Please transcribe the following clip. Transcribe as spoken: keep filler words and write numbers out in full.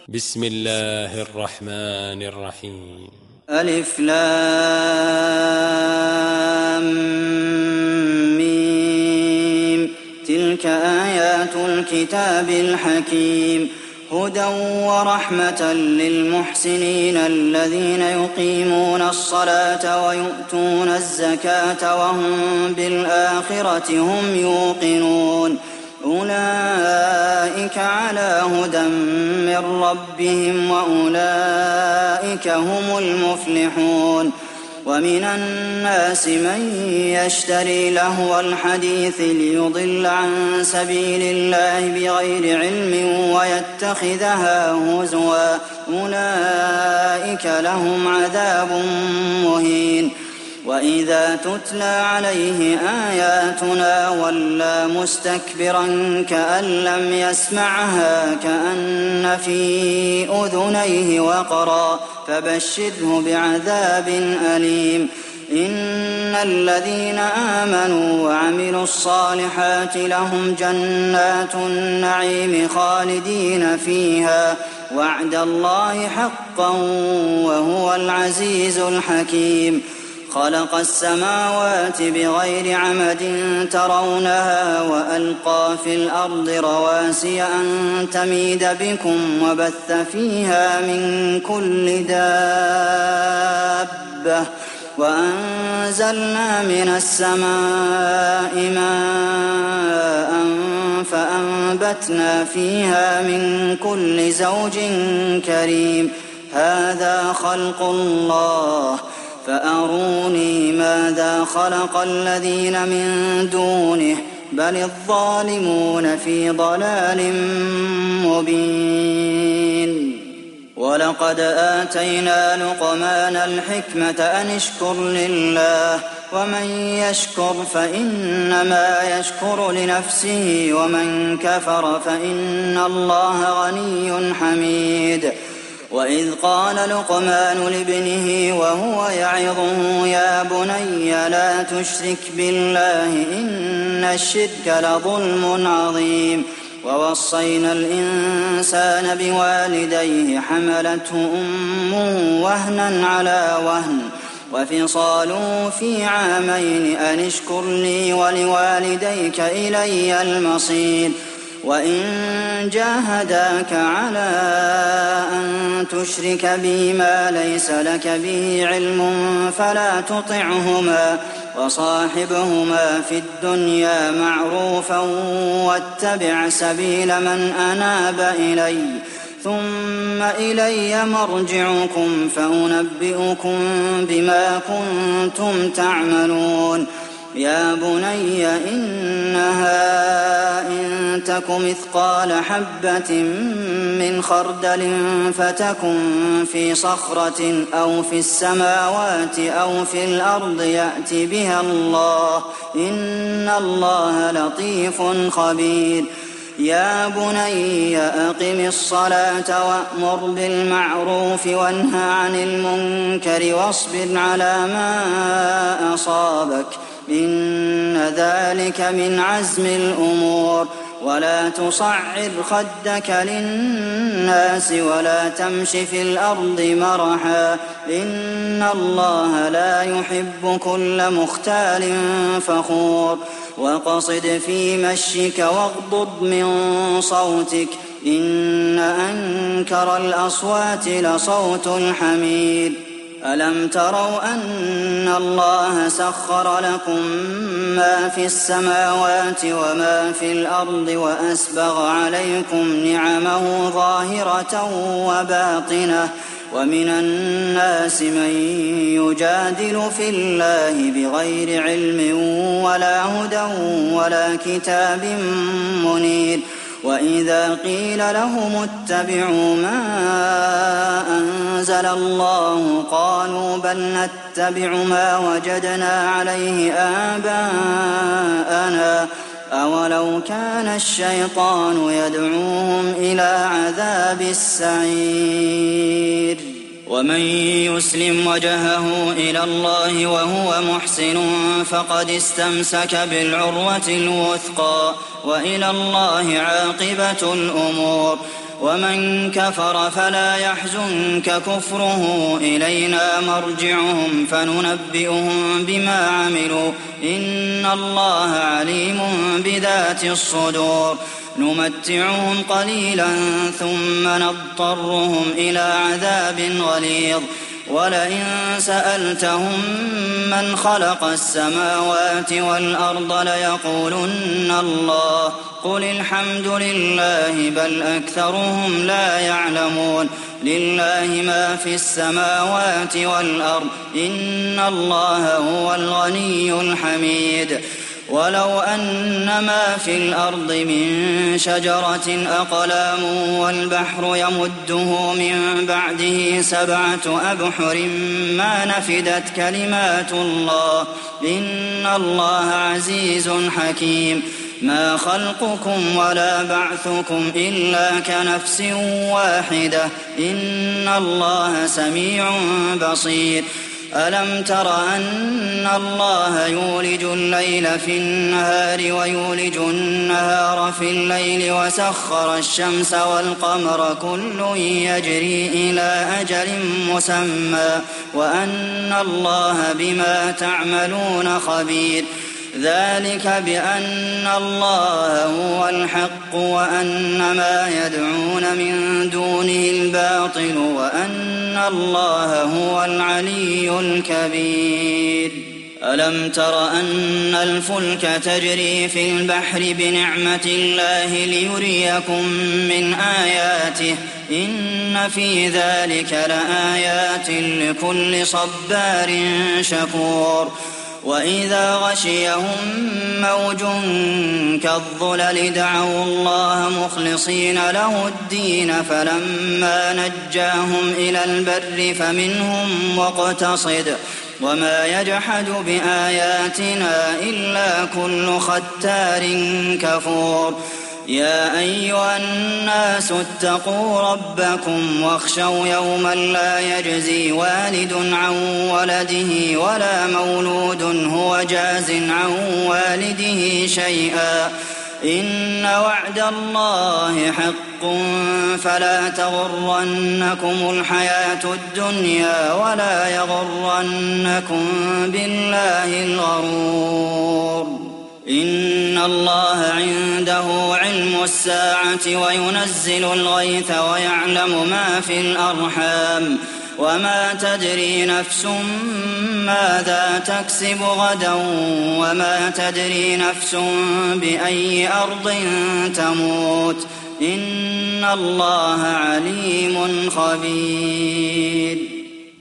بسم الله الرحمن الرحيم. ألف لام ميم. تلك آيات الكتاب الحكيم، هدى ورحمة للمحسنين الذين يقيمون الصلاة ويؤتون الزكاة وهم بالآخرة هم يوقنون. أولئك على هدى من ربهم وأولئك هم المفلحون. ومن الناس من يشتري لهو الحديث ليضل عن سبيل الله بغير علم ويتخذها هزوا، أولئك لهم عذاب مهين. وإذا تتلى عليه آياتنا ولى مستكبرا كأن لم يسمعها كأن في أذنيه وقرا، فبشره بعذاب أليم. إن الذين آمنوا وعملوا الصالحات لهم جنات النعيم خالدين فيها، وعد الله حقا وهو العزيز الحكيم. خلق السماوات بغير عمد ترونها وألقى في الأرض رواسي أن تميد بكم وبث فيها من كل دابة، وأنزلنا من السماء ماء فأنبتنا فيها من كل زوج كريم. هذا خلق الله فأروني ماذا خلق الذين من دونه، بل الظالمون في ضلال مبين. ولقد آتينا لقمان الحكمة أن اشكر لله، ومن يشكر فإنما يشكر لنفسه، ومن كفر فإن الله غني حميد. وإذ قال لقمان لابنه وهو يعظه يا بني لا تشرك بالله إن الشرك لظلم عظيم. ووصينا الإنسان بوالديه حملته أمه وهنا على وهن وفصاله في عامين أن اشكر لي ولوالديك إلي المصير. وإن جاهداك على أن تشرك بي ما ليس لك به علم فلا تطعهما، وصاحبهما في الدنيا معروفا واتبع سبيل من أناب إلي، ثم إلي مرجعكم فأنبئكم بما كنتم تعملون. يا بني إنها إن تك مثقال حبة من خردل فتكن في صخرة أو في السماوات أو في الأرض يأت بها الله، إن الله لطيف خبير. يا بني أقم الصلاة وأمر بالمعروف وانه عن المنكر واصبر على ما أصابك، إن ذلك من عزم الأمور. ولا تصعر خدك للناس ولا تمش في الأرض مرحا، إن الله لا يحب كل مختال فخور. وقصد في مشيك واغضض من صوتك، إن أنكر الأصوات لصوت الحمير. ألم تروا أن الله سخر لكم ما في السماوات وما في الأرض وأسبغ عليكم نعمه ظاهرة وباطنة، ومن الناس من يجادل في الله بغير علم ولا هدى ولا كتاب منير. وإذا قيل لهم اتبعوا ما أنزل الله قالوا بل نتبع ما وجدنا عليه آباءنا، أولو كان الشيطان يدعوهم إلى عذاب السعير. ومن يسلم وجهه إلى الله وهو محسن فقد استمسك بالعروة الوثقى، وإلى الله عاقبة الأمور. ومن كفر فلا يحزنك كفره إلينا مرجعهم فننبئهم بما عملوا إن الله عليم بذات الصدور نمتعهم قليلا ثم نضطرهم إلى عذاب غليظ ولئن سألتهم من خلق السماوات والأرض ليقولن الله قل الحمد لله بل أكثرهم لا يعلمون لله ما في السماوات والأرض إن الله هو الغني الحميد ولو أن ما في الأرض من شجرة أقلام والبحر يمده من بعده سبعة أبحر ما نفدت كلمات الله إن الله عزيز حكيم ما خلقكم ولا بعثكم إلا كنفس واحدة إن الله سميع بصير ألم تر أن الله يولج الليل في النهار ويولج النهار في الليل وسخر الشمس والقمر كل يجري إلى أجل مسمى وأن الله بما تعملون خبير ذلك بأن الله هو الحق وأن ما يدعون من دونه الباطل وأن الله هو العلي الكبير ألم تر أن الفلك تجري في البحر بنعمة الله ليريكم من آياته إن في ذلك لآيات لكل صبار شكور وإذا غشيهم موج كالظلل دعوا الله مخلصين له الدين فلما نجاهم إلى البر فمنهم مقتصد وما يجحد بآياتنا إلا كل ختار كفور يا أيها الناس اتقوا ربكم واخشوا يوما لا يجزي والد عن ولده ولا مولود هو جاز عن والده شيئا إن وعد الله حق فلا تغرنكم الحياة الدنيا ولا يغرنكم بالله الغرور إن الله عنده علم الساعة وينزل الغيث ويعلم ما في الأرحام وما تدري نفس ماذا تكسب غدا وما تدري نفس بأي أرض تموت إن الله عليم خبير